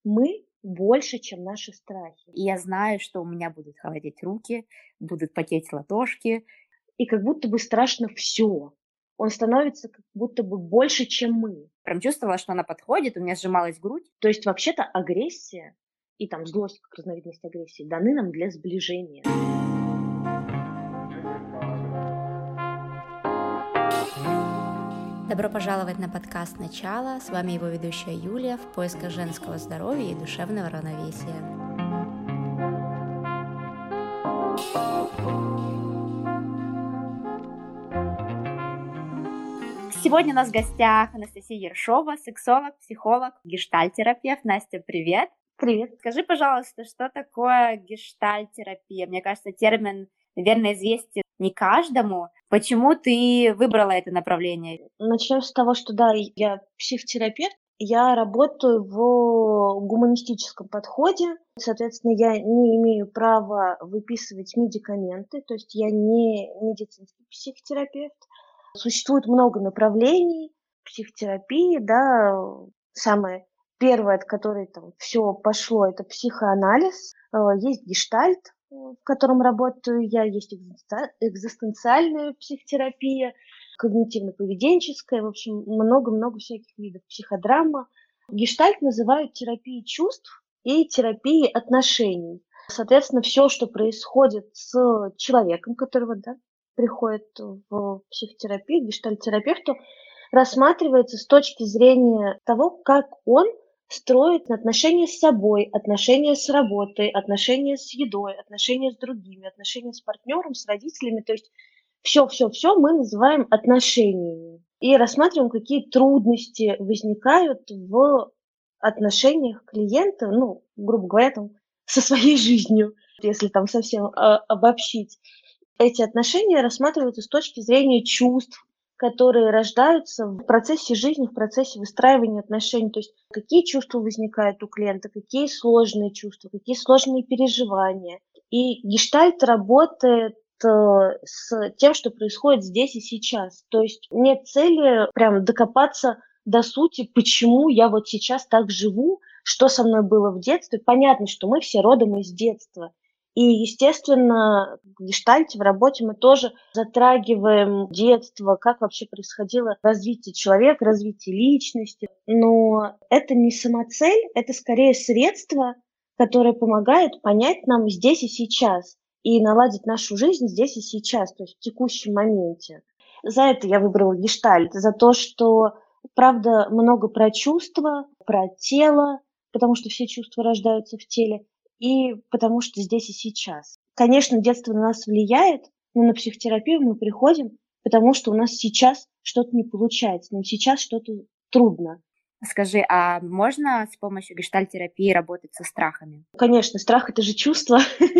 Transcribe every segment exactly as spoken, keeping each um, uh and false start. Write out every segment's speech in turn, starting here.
Мы больше, чем наши страхи. И я знаю, что у меня будут холодеть руки, будут потеть ладошки. И как будто бы страшно все. Он становится как будто бы больше, чем мы. Прям чувствовала, что она подходит, у меня сжималась грудь. То есть вообще-то агрессия и там злость как разновидность агрессии даны нам для сближения. Добро пожаловать на подкаст «Начало». С вами его ведущая Юлия в поисках женского здоровья и душевного равновесия. Сегодня у нас в гостях Анастасия Ершова, сексолог, психолог, гештальт-терапевт. Настя, привет! Привет. Скажи, пожалуйста, что такое гештальт-терапия? Мне кажется, термин, наверное, известен не каждому. Почему ты выбрала это направление? Начнем с того, что да, я психотерапевт. Я работаю в гуманистическом подходе. Соответственно, я не имею права выписывать медикаменты, то есть я не медицинский психотерапевт. Существует много направлений психотерапии, да. Самое первое, от которой там все пошло, это психоанализ. Э, Есть гештальт, э, в котором работаю я, есть экзистен- экзистенциальная психотерапия, когнитивно-поведенческая, в общем, много-много всяких видов, психодрама. Гештальт называют терапией чувств и терапией отношений. Соответственно, все, что происходит с человеком, который вот, да, приходит в психотерапию, к гештальт-терапевту, рассматривается с точки зрения того, как он строит отношения с собой, отношения с работой, отношения с едой, отношения с другими, отношения с партнером, с родителями. То есть все-все-все мы называем отношениями. И рассматриваем, какие трудности возникают в отношениях клиента, ну, грубо говоря, там, со своей жизнью, если там совсем а, обобщить. Эти отношения рассматриваются с точки зрения чувств, которые рождаются в процессе жизни, в процессе выстраивания отношений. То есть какие чувства возникают у клиента, какие сложные чувства, какие сложные переживания. И гештальт работает э, с тем, что происходит здесь и сейчас. То есть нет цели прям докопаться до сути, почему я вот сейчас так живу, что со мной было в детстве. Понятно, что мы все родом из детства. И, естественно, в гештальте, в работе мы тоже затрагиваем детство, как вообще происходило развитие человека, развитие личности. Но это не самоцель, это скорее средство, которое помогает понять нам здесь и сейчас и наладить нашу жизнь здесь и сейчас, то есть в текущем моменте. За это я выбрала гештальт, за то, что, правда, много про чувства, про тело, потому что все чувства рождаются в теле, и потому что здесь и сейчас. Конечно, детство на нас влияет, но на психотерапию мы приходим, потому что у нас сейчас что-то не получается, нам сейчас что-то трудно. Скажи, а можно с помощью гештальт-терапии работать со страхами? Конечно, страх – это же чувство,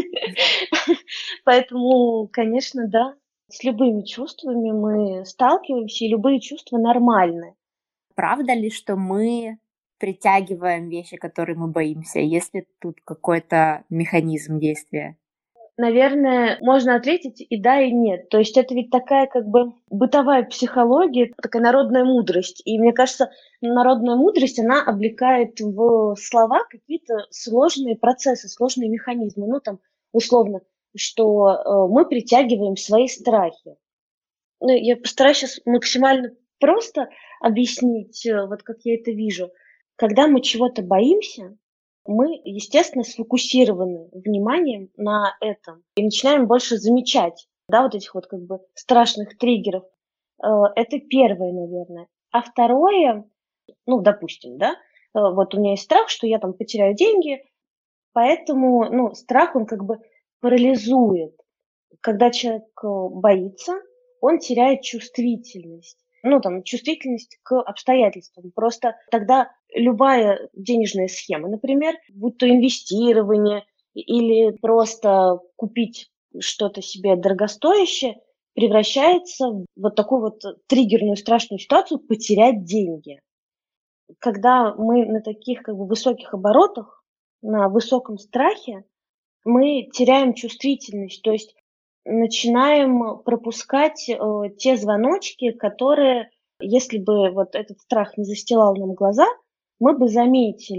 поэтому, конечно, да, с любыми чувствами мы сталкиваемся, и любые чувства нормальны. Правда ли, что мы притягиваем вещи, которые мы боимся? Есть ли тут какой-то механизм действия? Наверное, можно ответить и да, и нет. То есть это ведь такая как бы бытовая психология, такая народная мудрость. И мне кажется, народная мудрость, она облекает в слова какие-то сложные процессы, сложные механизмы. Ну, там, условно, что э, мы притягиваем свои страхи. Ну, я постараюсь сейчас максимально просто объяснить, э, вот как я это вижу. Когда мы чего-то боимся, мы, естественно, сфокусированы вниманием на этом и начинаем больше замечать, да, вот этих вот как бы страшных триггеров. Э, Это первое, наверное. А второе, ну, допустим, да, э, вот у меня есть страх, что я там потеряю деньги, поэтому, ну, страх, он как бы парализует. Когда человек э, боится, он теряет чувствительность. Ну, там, чувствительность к обстоятельствам. Просто тогда любая денежная схема, например, будь то инвестирование или просто купить что-то себе дорогостоящее, превращается в вот такую вот триггерную страшную ситуацию потерять деньги. Когда мы на таких как бы высоких оборотах, на высоком страхе, мы теряем чувствительность, то есть начинаем пропускать э, те звоночки, которые, если бы вот этот страх не застилал нам глаза, мы бы заметили.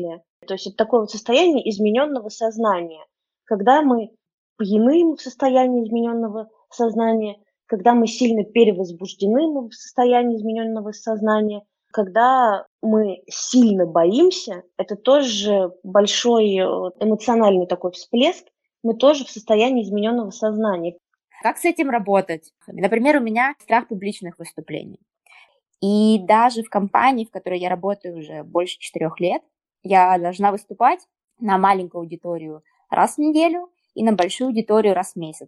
То есть это такое вот состояние измененного сознания, когда мы пьяны в состоянии измененного сознания, когда мы сильно перевозбуждены мы в состоянии измененного сознания, когда мы сильно боимся, это тоже большой эмоциональный такой всплеск, мы тоже в состоянии измененного сознания. Как с этим работать? Например, у меня страх публичных выступлений. И даже в компании, в которой я работаю уже больше четырех лет, я должна выступать на маленькую аудиторию раз в неделю и на большую аудиторию раз в месяц.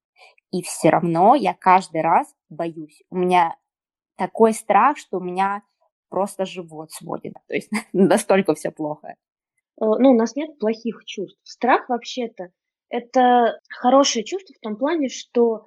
И все равно я каждый раз боюсь. У меня такой страх, что у меня просто живот сводит. То есть настолько все плохо. Ну, у нас нет плохих чувств. Страх вообще-то это хорошее чувство в том плане, что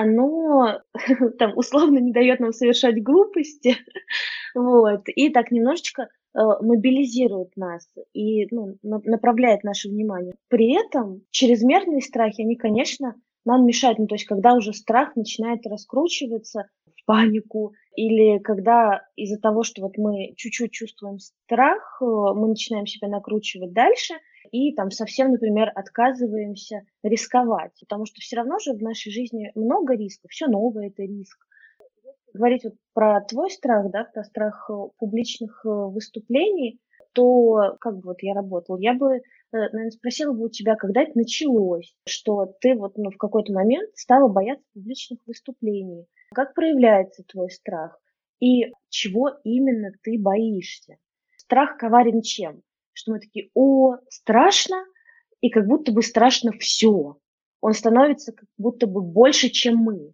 оно там условно не дает нам совершать глупости, вот, и так немножечко э, мобилизирует нас и ну, на- направляет наше внимание. При этом чрезмерные страхи, они, конечно, нам мешают. Ну, то есть, когда уже страх начинает раскручиваться в панику, или когда из-за того, что вот мы чуть-чуть чувствуем страх, э, мы начинаем себя накручивать дальше, и там совсем, например, отказываемся рисковать, потому что все равно же в нашей жизни много рисков, все новое – это риск. Говорить вот про твой страх, да, про страх э, публичных э, выступлений, то как бы вот я работала, я бы, э, наверное, спросила бы у тебя, когда это началось, что ты вот ну, в какой-то момент стала бояться публичных выступлений. Как проявляется твой страх? И чего именно ты боишься? Страх коварен чем? Что мы такие, о, страшно, и как будто бы страшно все. Он становится как будто бы больше, чем мы.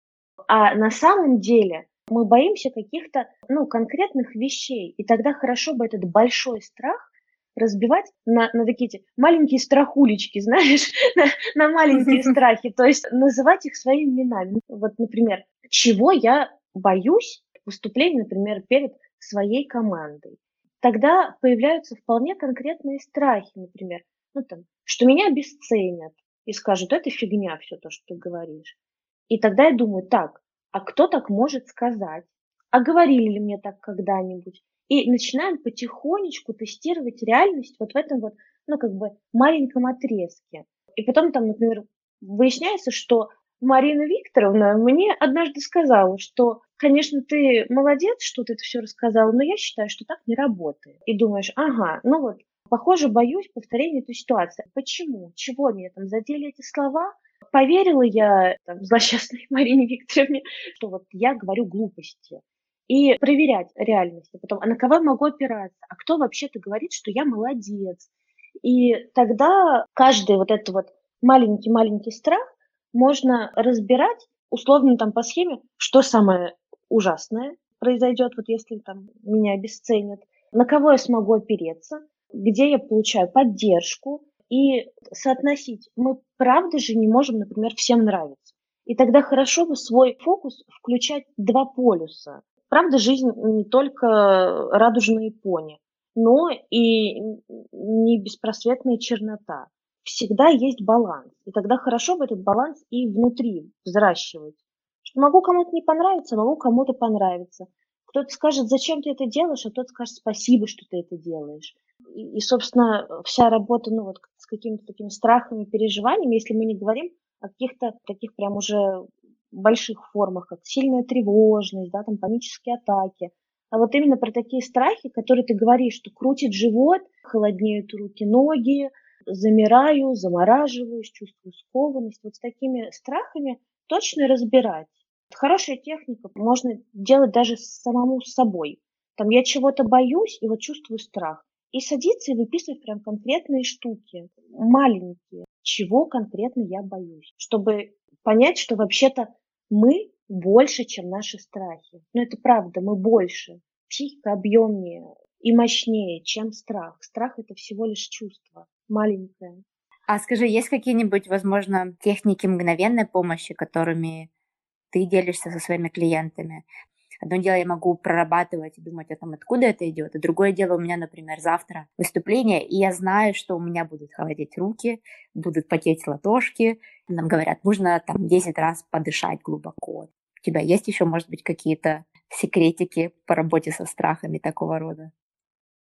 А на самом деле мы боимся каких-то, ну, конкретных вещей. И тогда хорошо бы этот большой страх разбивать на, на такие эти маленькие страхулечки, знаешь, на, на маленькие страхи. То есть называть их своими именами. Вот, например, чего я боюсь выступлений, например, перед своей командой. Тогда появляются вполне конкретные страхи, например, ну, там, что меня обесценят и скажут, это фигня все то, что ты говоришь. И тогда я думаю, так, а кто так может сказать? А говорили ли мне так когда-нибудь? И начинаем потихонечку тестировать реальность вот в этом вот, ну, как бы маленьком отрезке. И потом там, например, выясняется, что Марина Викторовна мне однажды сказала, что, конечно, ты молодец, что ты это все рассказала, но я считаю, что так не работает. И думаешь, ага, ну вот, похоже, боюсь повторения этой ситуации. Почему? Чего меня там задели эти слова? Поверила я там, злосчастной Марине Викторовне, что вот я говорю глупости. И проверять реальность. А потом, а на кого я могу опираться? А кто вообще-то говорит, что я молодец? И тогда каждый вот этот вот маленький-маленький страх можно разбирать условно там по схеме, что самое ужасное произойдет, вот если там меня обесценят, на кого я смогу опереться, где я получаю поддержку, и соотносить. Мы правда же не можем, например, всем нравиться. И тогда хорошо бы свой фокус включать два полюса. Правда, жизнь не только радужные пони, но и не беспросветная чернота. Всегда есть баланс. И тогда хорошо бы этот баланс и внутри взращивать. Что могу кому-то не понравиться, могу кому-то понравиться. Кто-то скажет, зачем ты это делаешь, а кто-то скажет, спасибо, что ты это делаешь. И, и, собственно, вся работа, ну, вот с какими-то такими страхами, переживаниями, если мы не говорим о каких-то таких прям уже больших формах, как сильная тревожность, да, там, панические атаки, а вот именно про такие страхи, которые ты говоришь, что крутит живот, холоднеют руки, ноги, замираю, замораживаюсь, чувствую скованность. Вот с такими страхами точно разбирать. Хорошая техника, можно делать даже самому с собой. Там я чего-то боюсь и вот чувствую страх. И садиться и выписывать прям конкретные штуки, маленькие, чего конкретно я боюсь, чтобы понять, что вообще-то мы больше, чем наши страхи. Ну это правда, мы больше. Психика объемнее и мощнее, чем страх. Страх – это всего лишь чувство, маленькое. А скажи, есть какие-нибудь, возможно, техники мгновенной помощи, которыми ты делишься со своими клиентами? Одно дело, я могу прорабатывать и думать о том, откуда это идет, а другое дело, у меня, например, завтра выступление, и я знаю, что у меня будут холодеть руки, будут потеть ладошки. Нам говорят, нужно там десять раз подышать глубоко. У тебя есть еще, может быть, какие-то секретики по работе со страхами такого рода?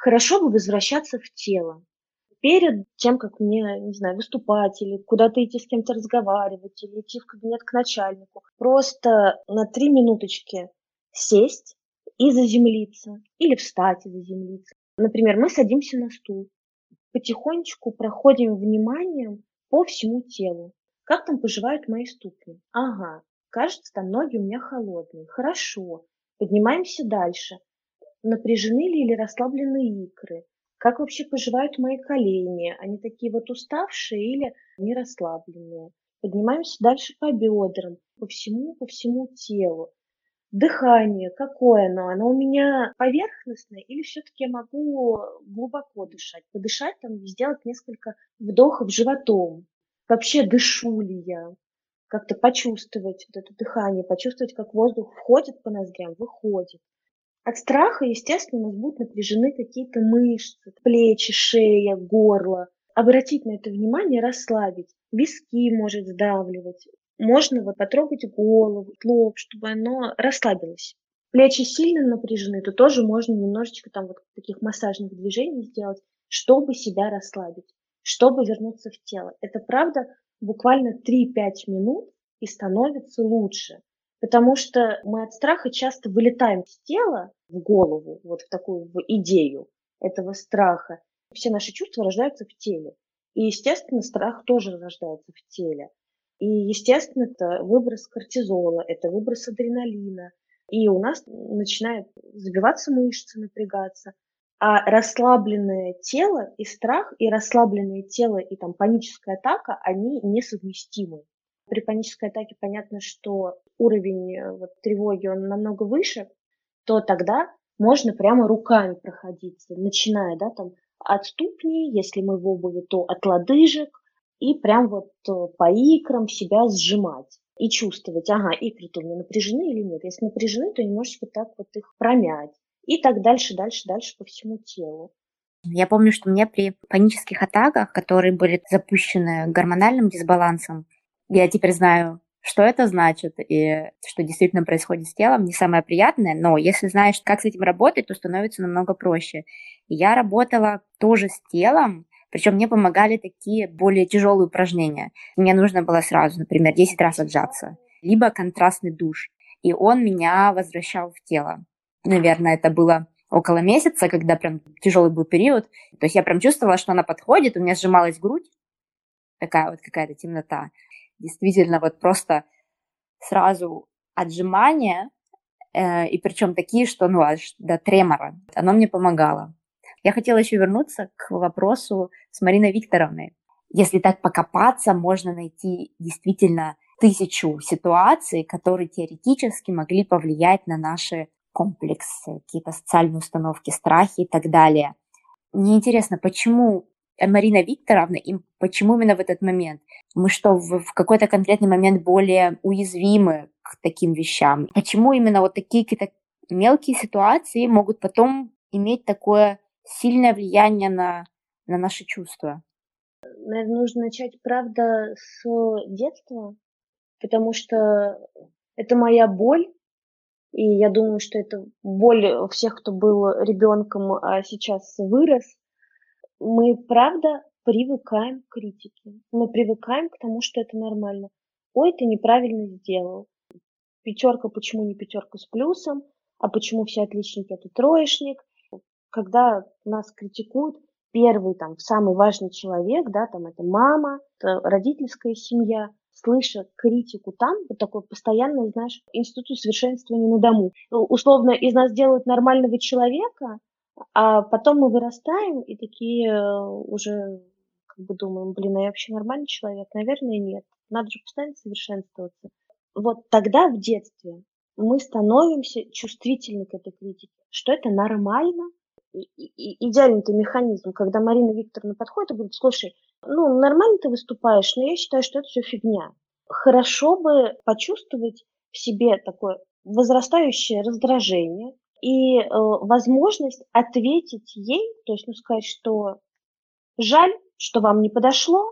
Хорошо бы возвращаться в тело. Перед тем, как мне, не знаю, выступать или куда-то идти с кем-то разговаривать, или идти в кабинет к начальнику, просто на три минуточки сесть и заземлиться, или встать и заземлиться. Например, мы садимся на стул, потихонечку проходим вниманием по всему телу. Как там поживают мои ступни? Ага, кажется, там ноги у меня холодные. Хорошо. Поднимаемся дальше. Напряжены ли или расслаблены икры? Как вообще поживают мои колени? Они такие вот уставшие или не расслабленные? Поднимаемся дальше по бедрам, по всему, по всему телу. Дыхание, какое оно? Оно у меня поверхностное или все-таки я могу глубоко дышать? Подышать там, сделать несколько вдохов животом. Вообще дышу ли я? Как-то почувствовать вот это дыхание, почувствовать, как воздух входит по ноздрям, выходит. От страха, естественно, у нас будут напряжены какие-то мышцы, плечи, шея, горло. Обратить на это внимание, расслабить. Виски может сдавливать. Можно вот потрогать голову, лоб, чтобы оно расслабилось. Плечи сильно напряжены, то тоже можно немножечко там вот таких массажных движений сделать, чтобы себя расслабить, чтобы вернуться в тело. Это правда буквально три-пять минут и становится лучше. Потому что мы от страха часто вылетаем с тела в голову, вот в такую в идею этого страха. Все наши чувства рождаются в теле. И, естественно, страх тоже рождается в теле. И, естественно, это выброс кортизола, это выброс адреналина. И у нас начинают забиваться мышцы, напрягаться. А расслабленное тело и страх, и расслабленное тело, и там паническая атака, они несовместимы. При панической атаке понятно, что уровень вот, тревоги он намного выше, то тогда можно прямо руками проходиться, начиная да, там, от ступней, если мы в обуви, то от лодыжек, и прям вот по икрам себя сжимать и чувствовать, ага, икры-то у меня напряжены или нет. Если напряжены, то немножечко так вот их промять. И так дальше, дальше, дальше по всему телу. Я помню, что мне при панических атаках, которые были запущены гормональным дисбалансом, я теперь знаю, что это значит и что действительно происходит с телом, не самое приятное, но если знаешь, как с этим работать, то становится намного проще. И я работала тоже с телом, причем мне помогали такие более тяжелые упражнения. Мне нужно было сразу, например, десять раз отжаться, либо контрастный душ, и он меня возвращал в тело. Наверное, это было около месяца, когда прям тяжелый был период. То есть я прям чувствовала, что она подходит, у меня сжималась грудь, такая вот какая-то темнота. Действительно, вот просто сразу отжимания, э, и причем такие, что ну аж до тремора. Оно мне помогало. Я хотела еще вернуться к вопросу с Мариной Викторовной. Если так покопаться, можно найти действительно тысячу ситуаций, которые теоретически могли повлиять на наши комплексы, какие-то социальные установки, страхи и так далее. Мне интересно, почему Марина Викторовна, и почему именно в этот момент? Мы что, в, в какой-то конкретный момент более уязвимы к таким вещам? Почему именно вот такие какие-то мелкие ситуации могут потом иметь такое сильное влияние на, на наши чувства? Наверное, нужно начать, правда, с детства, потому что это моя боль, и я думаю, что это боль всех, кто был ребенком, а сейчас вырос. Мы, правда, привыкаем к критике. Мы привыкаем к тому, что это нормально. Ой, ты неправильно сделал. Пятерка, почему не пятерка с плюсом? А почему все отличники это троечник? Когда нас критикуют, первый там самый важный человек, да, там это мама, это родительская семья, слыша критику там, вот такой постоянный, знаешь, институт совершенствования на дому. Условно, из нас делают нормального человека, а потом мы вырастаем и такие уже как бы думаем, блин, а я вообще нормальный человек? Наверное, нет. Надо же постоянно совершенствоваться. Вот тогда в детстве мы становимся чувствительны к этой критике, что это нормально. И, и, идеальный-то механизм, когда Марина Викторовна подходит и говорит, слушай, ну, нормально ты выступаешь, но я считаю, что это все фигня. Хорошо бы почувствовать в себе такое возрастающее раздражение и э, возможность ответить ей, то есть, ну, сказать, что жаль, что вам не подошло,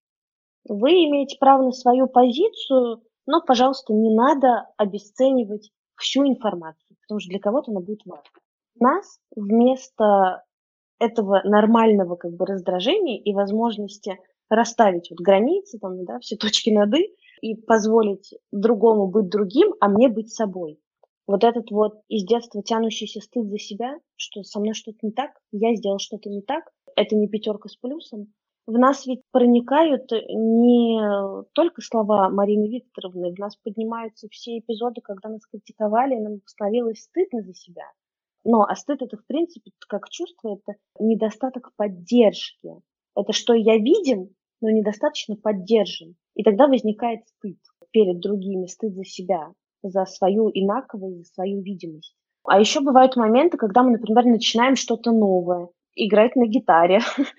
вы имеете право на свою позицию, но, пожалуйста, не надо обесценивать всю информацию, потому что для кого-то она будет важна. Нас вместо этого нормального как бы раздражения и возможности расставить вот границы, там, да, все точки над «и» и позволить другому быть другим, а мне быть собой. Вот этот вот из детства тянущийся стыд за себя, что со мной что-то не так, я сделал что-то не так, это не пятерка с плюсом. В нас ведь проникают не только слова Марины Викторовны, в нас поднимаются все эпизоды, когда нас критиковали, и нам становилось стыдно за себя. Но а стыд это, в принципе, как чувство, это недостаток поддержки. Это что я видим, но недостаточно поддержан. И тогда возникает стыд перед другими, стыд за себя, за свою инаковость, за свою видимость. А еще бывают моменты, когда мы, например, начинаем что-то новое, играть на гитаре,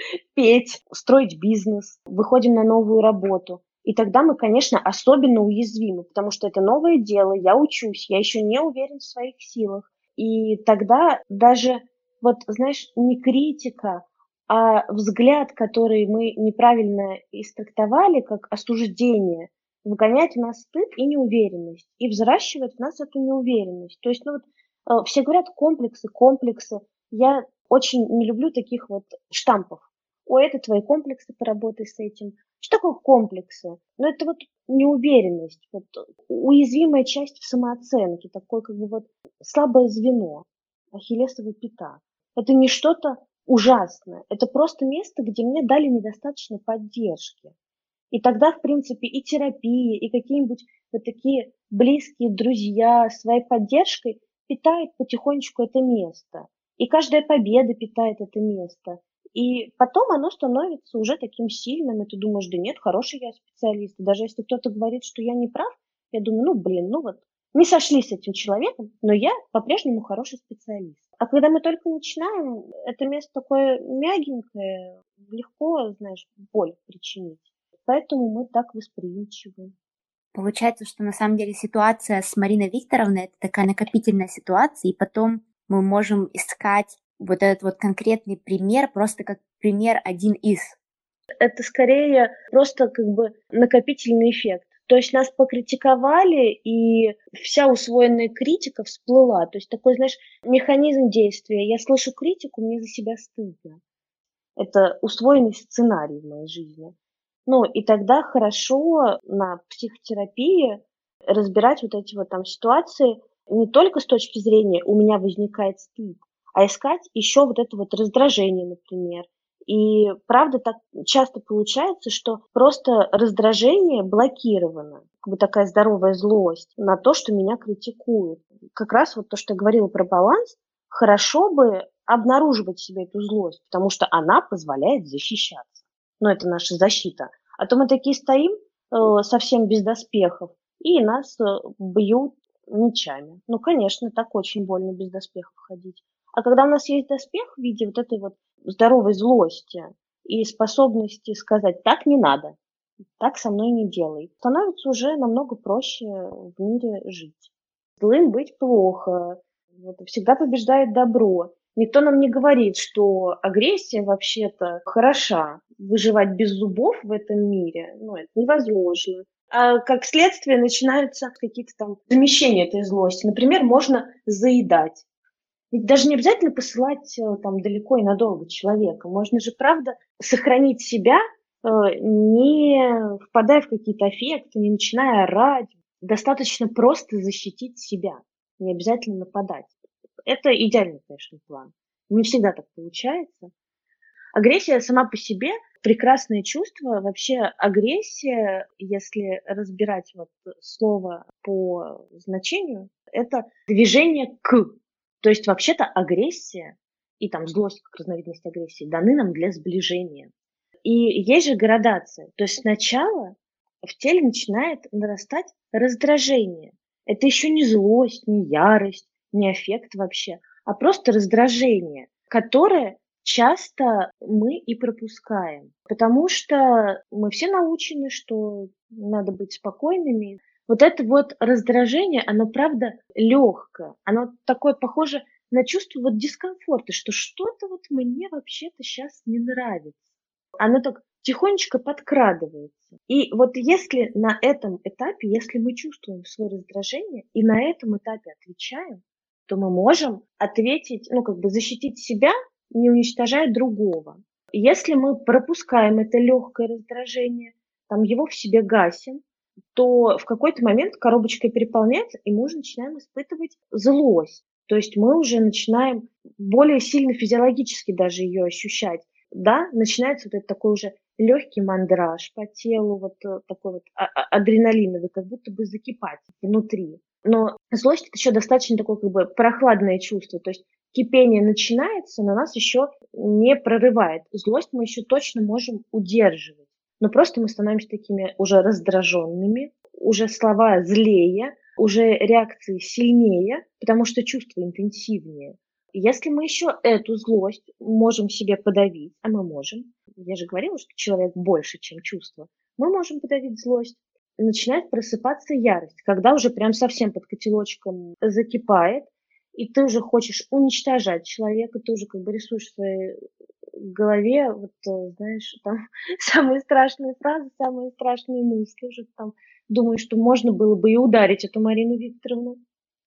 петь, строить бизнес, выходим на новую работу. И тогда мы, конечно, особенно уязвимы, потому что это новое дело, я учусь, я еще не уверен в своих силах. И тогда даже, вот, знаешь, не критика, а взгляд, который мы неправильно истрактовали, как осуждение, выгоняет в нас стыд и неуверенность, и взращивает в нас эту неуверенность. То есть, ну вот, э, все говорят комплексы, комплексы. Я очень не люблю таких вот штампов. Ой, это твои комплексы, поработай с этим. Что такое комплексы? Ну, это вот неуверенность, вот уязвимая часть в самооценке, такое как бы вот слабое звено, ахиллесова пята. Это не что-то ужасное, это просто место, где мне дали недостаточно поддержки. И тогда, в принципе, и терапия, и какие-нибудь вот такие близкие друзья своей поддержкой питают потихонечку это место. И каждая победа питает это место. И потом оно становится уже таким сильным, и ты думаешь, да нет, хороший я специалист. И даже если кто-то говорит, что я не прав, я думаю, ну, блин, ну вот, не сошлись с этим человеком, но я по-прежнему хороший специалист. А когда мы только начинаем, это место такое мягенькое, легко, знаешь, боль причинить. Поэтому мы так восприимчивы. Получается, что на самом деле ситуация с Мариной Викторовной – это такая накопительная ситуация, и потом мы можем искать вот этот вот конкретный пример просто как пример один из. Это скорее просто как бы накопительный эффект. То есть нас покритиковали, и вся усвоенная критика всплыла. То есть такой, знаешь, механизм действия. Я слышу критику, мне за себя стыдно. Это усвоенный сценарий в моей жизни. Ну, и тогда хорошо на психотерапии разбирать вот эти вот там ситуации не только с точки зрения «у меня возникает стыд», а искать еще вот это вот раздражение, например. И правда так часто получается, что просто раздражение блокировано, как бы такая здоровая злость на то, что меня критикуют. Как раз вот то, что я говорила про баланс, хорошо бы обнаруживать в себе эту злость, потому что она позволяет защищаться. Ну, это наша защита. А то мы такие стоим э, совсем без доспехов, и нас э, бьют мечами. Ну, конечно, так очень больно без доспехов ходить. А когда у нас есть доспех в виде вот этой вот здоровой злости и способности сказать «так не надо», «так со мной не делай», становится уже намного проще в мире жить. Злым быть плохо, вот, всегда побеждает добро. Никто нам не говорит, что агрессия вообще-то хороша. Выживать без зубов в этом мире, ну, это невозможно. А как следствие начинаются какие-то там замещения этой злости. Например, можно заедать. Ведь даже не обязательно посылать там далеко и надолго человека. Можно же, правда, сохранить себя, не впадая в какие-то аффекты, не начиная орать. Достаточно просто защитить себя. Не обязательно нападать. Это идеальный, конечно, план. Не всегда так получается. Агрессия сама по себе прекрасное чувство. Вообще агрессия, если разбирать вот слово по значению, это движение к. То есть вообще-то агрессия и там злость как разновидность агрессии даны нам для сближения. И есть же градация. То есть сначала в теле начинает нарастать раздражение. Это еще не злость, не ярость, не аффект вообще, а просто раздражение, которое часто мы и пропускаем, потому что мы все научены, что надо быть спокойными. Вот это вот раздражение, оно правда легкое, оно такое похоже на чувство вот дискомфорта, что что-то вот мне вообще-то сейчас не нравится. Оно так тихонечко подкрадывается. И вот если на этом этапе, если мы чувствуем свое раздражение и на этом этапе отвечаем, то мы можем ответить, ну, как бы защитить себя не уничтожает другого. Если мы пропускаем это легкое раздражение, там его в себе гасим, то в какой-то момент коробочка переполняется, и мы уже начинаем испытывать злость. То есть мы уже начинаем более сильно физиологически даже ее ощущать. Да, начинается вот этот такой уже легкий мандраж по телу, вот э, такой вот а- а- адреналиновый, как будто бы закипать внутри. Но злость — это еще достаточно такое как бы прохладное чувство. То есть кипение начинается, но нас еще не прорывает. Злость мы еще точно можем удерживать. Но просто мы становимся такими уже раздраженными, уже слова злее, уже реакции сильнее, потому что чувства интенсивнее. Если мы еще эту злость можем себе подавить, а мы можем, я же говорила, что человек больше, чем чувство, мы можем подавить злость, начинает просыпаться ярость, когда уже прям совсем под котелочком закипает, и ты уже хочешь уничтожать человека, ты уже как бы рисуешь в своей голове, вот, э, знаешь, там самые страшные фразы, самые страшные мысли, уже там думаю, что можно было бы и ударить эту Марину Викторовну.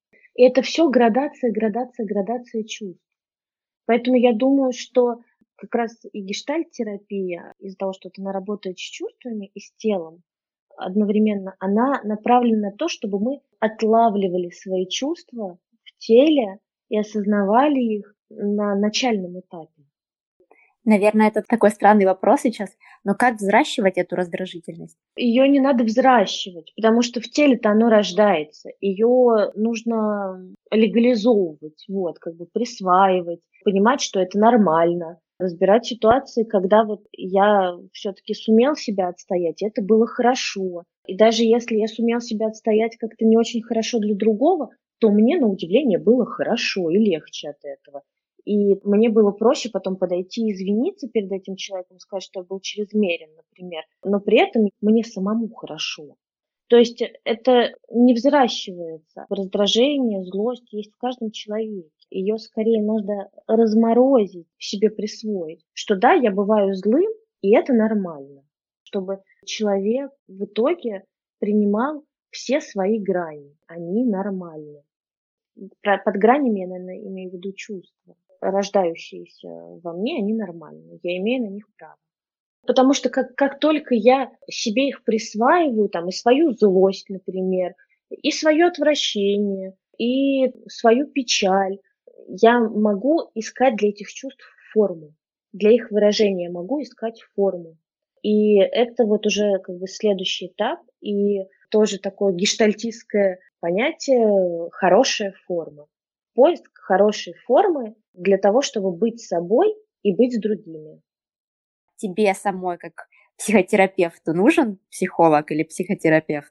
И это все градация, градация, градация чувств. Поэтому я думаю, что как раз и гештальт-терапия, из-за того, что она работает с чувствами и с телом одновременно, она направлена на то, чтобы мы отлавливали свои чувства в теле и осознавали их на начальном этапе. Наверное, это такой странный вопрос сейчас, но как взращивать эту раздражительность? Ее не надо взращивать, потому что в теле-то оно рождается. Ее нужно легализовывать, вот, как бы присваивать, понимать, что это нормально, разбирать ситуации, когда вот я все-таки сумел себя отстоять, и это было хорошо. И даже если я сумел себя отстоять как-то не очень хорошо для другого, то мне, на удивление, было хорошо и легче от этого. И мне было проще потом подойти и извиниться перед этим человеком, сказать, что я был чрезмерен, например. Но при этом мне самому хорошо. То есть это не взращивается. Раздражение, злость есть в каждом человеке. Ее скорее надо разморозить, себе присвоить. Что да, я бываю злым, и это нормально. Чтобы человек в итоге принимал все свои грани. Они нормальны. Под гранями я, наверное, имею в виду чувства, рождающиеся во мне, они нормальные. Я имею на них право. Потому что как, как только я себе их присваиваю, там, и свою злость, например, и свое отвращение, и свою печаль, я могу искать для этих чувств форму. Для их выражения могу искать форму. И это вот уже как бы следующий этап, и тоже такое гештальтистское понятие «хорошая форма». Поиск хорошей формы для того, чтобы быть собой и быть с другими. Тебе самой, как психотерапевту, нужен психолог или психотерапевт?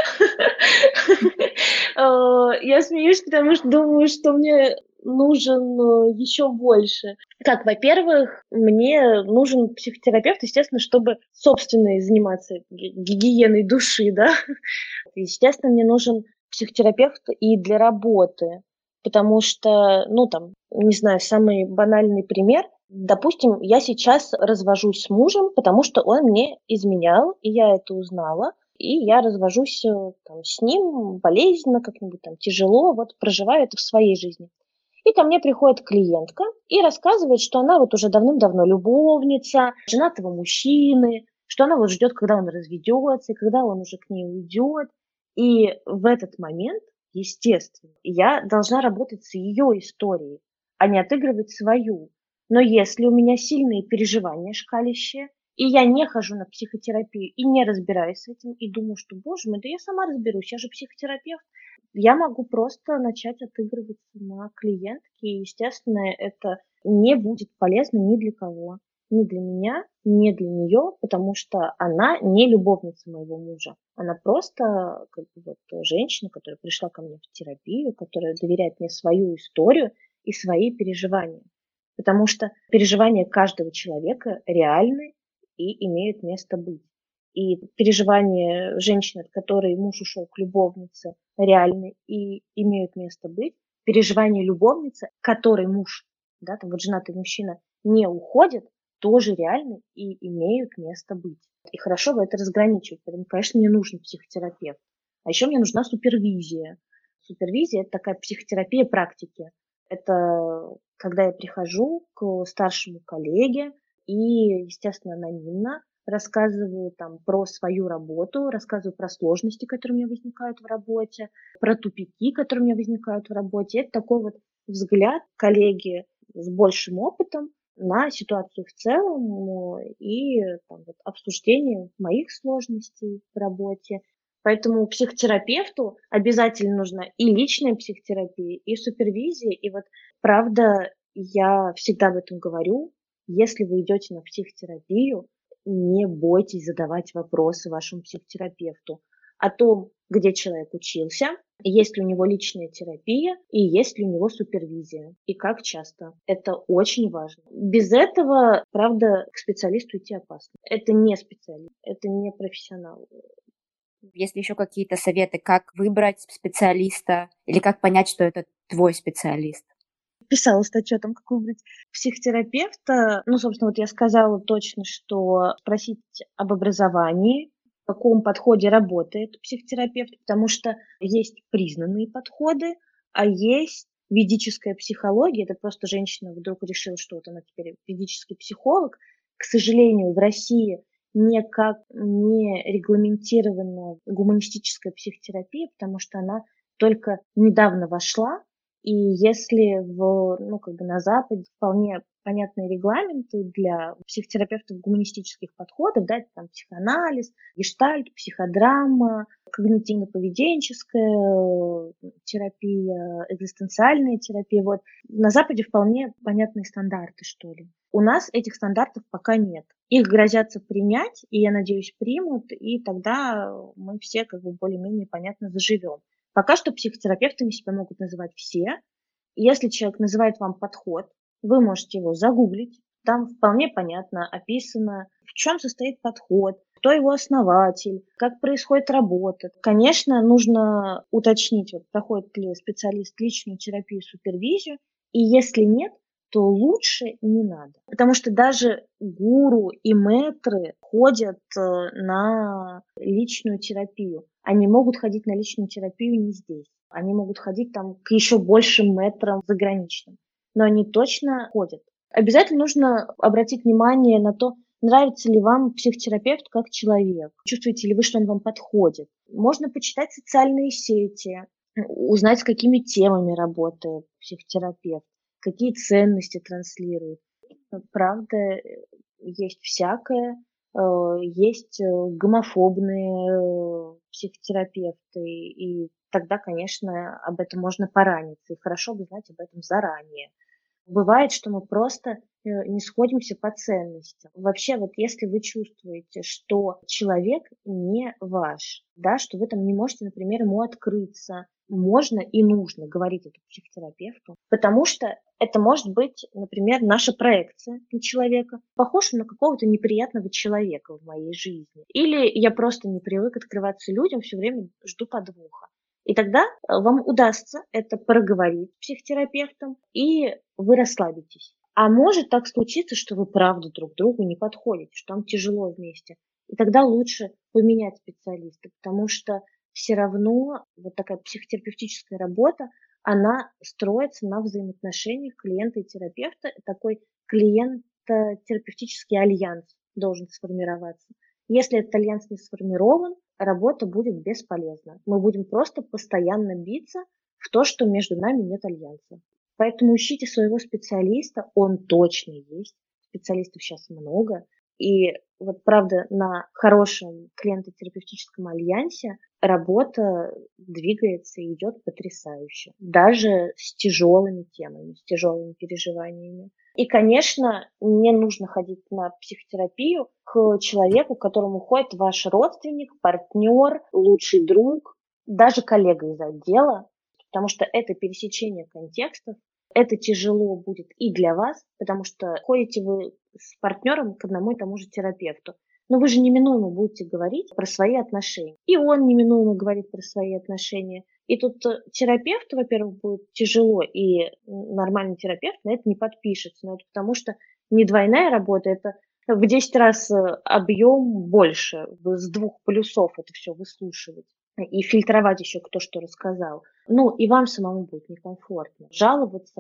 Я смеюсь, потому что думаю, что мне нужен еще больше. Как, во-первых, мне нужен психотерапевт, естественно, чтобы собственно заниматься гигиеной души, да. Естественно, мне нужен психотерапевт и для работы, потому что, ну, там, не знаю, самый банальный пример. Допустим, я сейчас развожусь с мужем, потому что он мне изменял, и я это узнала, и я развожусь там, с ним болезненно, как-нибудь там тяжело, вот проживаю это в своей жизни. И ко мне приходит клиентка и рассказывает, что она вот уже давным-давно любовница женатого мужчины, что она вот ждет, когда он разведется, и когда он уже к ней уйдет. И в этот момент, естественно, я должна работать с ее историей, а не отыгрывать свою. Но если у меня сильные переживания шкалящие, и я не хожу на психотерапию и не разбираюсь с этим, и думаю, что, боже мой, да я сама разберусь, я же психотерапевт, я могу просто начать отыгрываться на клиентке, и, естественно, это не будет полезно ни для кого. Ни для меня, ни для нее, потому что она не любовница моего мужа. Она просто как бы, вот, женщина, которая пришла ко мне в терапию, которая доверяет мне свою историю и свои переживания. Потому что переживания каждого человека реальны и имеют место быть. И переживания женщины, от которой муж ушел к любовнице, реальны и имеют место быть. Переживания любовницы, которой муж, да, там вот женатый мужчина, не уходит, тоже реальны и имеют место быть. И хорошо бы это разграничивать. Поэтому, конечно, мне нужен психотерапевт. А еще мне нужна супервизия. Супервизия – это такая психотерапия практики. Это когда я прихожу к старшему коллеге и, естественно, анонимно рассказываю там про свою работу, рассказываю про сложности, которые у меня возникают в работе, про тупики, которые у меня возникают в работе. Это такой вот взгляд коллеги с большим опытом на ситуацию в целом и там, вот, обсуждение моих сложностей в работе. Поэтому психотерапевту обязательно нужна и личная психотерапия, и супервизия. И вот правда, я всегда об этом говорю. Если вы идете на психотерапию, не бойтесь задавать вопросы вашему психотерапевту о том, где человек учился, есть ли у него личная терапия и есть ли у него супервизия, и как часто. Это очень важно. Без этого, правда, к специалисту идти опасно. Это не специалист, это не профессионал. Есть ли еще какие-то советы, как выбрать специалиста или как понять, что это твой специалист? Писала статью о том, как выбрать психотерапевта. Ну, собственно, вот я сказала точно, что спросить об образовании, в каком подходе работает психотерапевт, потому что есть признанные подходы, а есть ведическая психология. Это просто женщина вдруг решила, что вот она теперь ведический психолог. К сожалению, в России никак не регламентирована гуманистическая психотерапия, потому что она только недавно вошла. И если в, ну, как бы на Западе вполне понятные регламенты для психотерапевтов гуманистических подходов, да, это там психоанализ, гештальт, психодрама, когнитивно-поведенческая терапия, экзистенциальная терапия. Вот. На Западе вполне понятные стандарты, что ли. У нас этих стандартов пока нет. Их грозятся принять, и, я надеюсь, примут, и тогда мы все как бы более-менее понятно заживем. Пока что психотерапевтами себя могут называть все. Если человек называет вам подход, вы можете его загуглить. Там вполне понятно описано, в чем состоит подход, кто его основатель, как происходит работа. Конечно, нужно уточнить, вот, проходит ли специалист личную терапию, супервизию. И если нет, то лучше не надо. Потому что даже гуру и мэтры ходят на личную терапию. Они могут ходить на личную терапию не здесь. Они могут ходить там к еще большим мэтрам заграничным. Но они точно ходят. Обязательно нужно обратить внимание на то, нравится ли вам психотерапевт как человек. Чувствуете ли вы, что он вам подходит. Можно почитать социальные сети, узнать, с какими темами работает психотерапевт, какие ценности транслирует. Правда, есть всякое. Есть гомофобные психотерапевты, и тогда, конечно, об этом можно пораниться, и хорошо бы знать об этом заранее. Бывает, что мы просто не сходимся по ценностям. Вообще, вот если вы чувствуете, что человек не ваш, да, что вы там не можете, например, ему открыться, можно и нужно говорить это психотерапевту, потому что это может быть, например, наша проекция на человека, похож на какого-то неприятного человека в моей жизни. Или я просто не привык открываться людям, все время жду подвоха. И тогда вам удастся это проговорить с психотерапевтом, и вы расслабитесь. А может так случиться, что вы правда друг другу не подходите, что вам тяжело вместе. И тогда лучше поменять специалиста, потому что все равно вот такая психотерапевтическая работа, она строится на взаимоотношениях клиента и терапевта. Такой клиент-терапевтический альянс должен сформироваться. Если этот альянс не сформирован, работа будет бесполезна. Мы будем просто постоянно биться в то, что между нами нет альянса. Поэтому ищите своего специалиста, он точно есть. Специалистов сейчас много. И вот правда на хорошем клиентотерапевтическом альянсе работа двигается и идет потрясающе. Даже с тяжелыми темами, с тяжелыми переживаниями. И, конечно, не нужно ходить на психотерапию к человеку, к которому ходит ваш родственник, партнер, лучший друг, даже коллега из отдела, потому что это пересечение контекстов. Это тяжело будет и для вас, потому что ходите вы с партнером к одному и тому же терапевту. Но вы же неминуемо будете говорить про свои отношения. И он неминуемо говорит про свои отношения. И тут терапевту, во-первых, будет тяжело, и нормальный терапевт на это не подпишется. Но это потому что не двойная работа, это в десять раз объем больше, с двух полюсов это все выслушивать. И фильтровать еще, кто что рассказал. Ну, и вам самому будет некомфортно. Жаловаться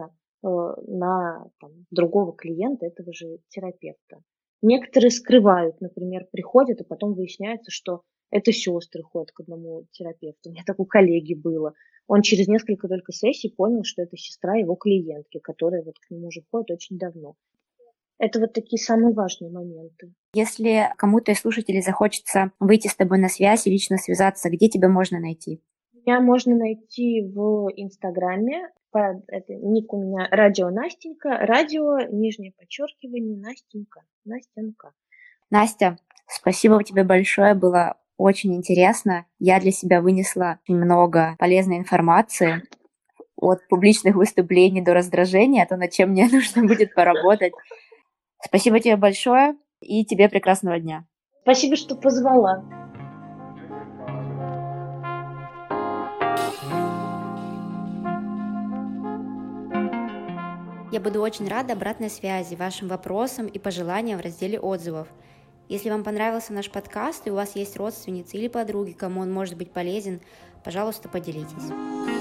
на там, другого клиента, этого же терапевта. Некоторые скрывают, например, приходят, и потом выясняется, что это сестры ходят к одному терапевту. У меня так у коллеги было. Он через несколько только сессий понял, что это сестра его клиентки, которая вот к нему уже ходит очень давно. Это вот такие самые важные моменты. Если кому-то из слушателей захочется выйти с тобой на связь и лично связаться, где тебя можно найти? Меня можно найти в Инстаграме. Это ник у меня радио Настенька. Радио, нижнее подчеркивание, Настенька. Настенька. Настя, спасибо тебе большое. Было очень интересно. Я для себя вынесла много полезной информации. От публичных выступлений до раздражения, то, над чем мне нужно будет поработать. Спасибо тебе большое и тебе прекрасного дня. Спасибо, что позвала. Я буду очень рада обратной связи, вашим вопросам и пожеланиям в разделе отзывов. Если вам понравился наш подкаст и у вас есть родственницы или подруги, кому он может быть полезен, пожалуйста, поделитесь.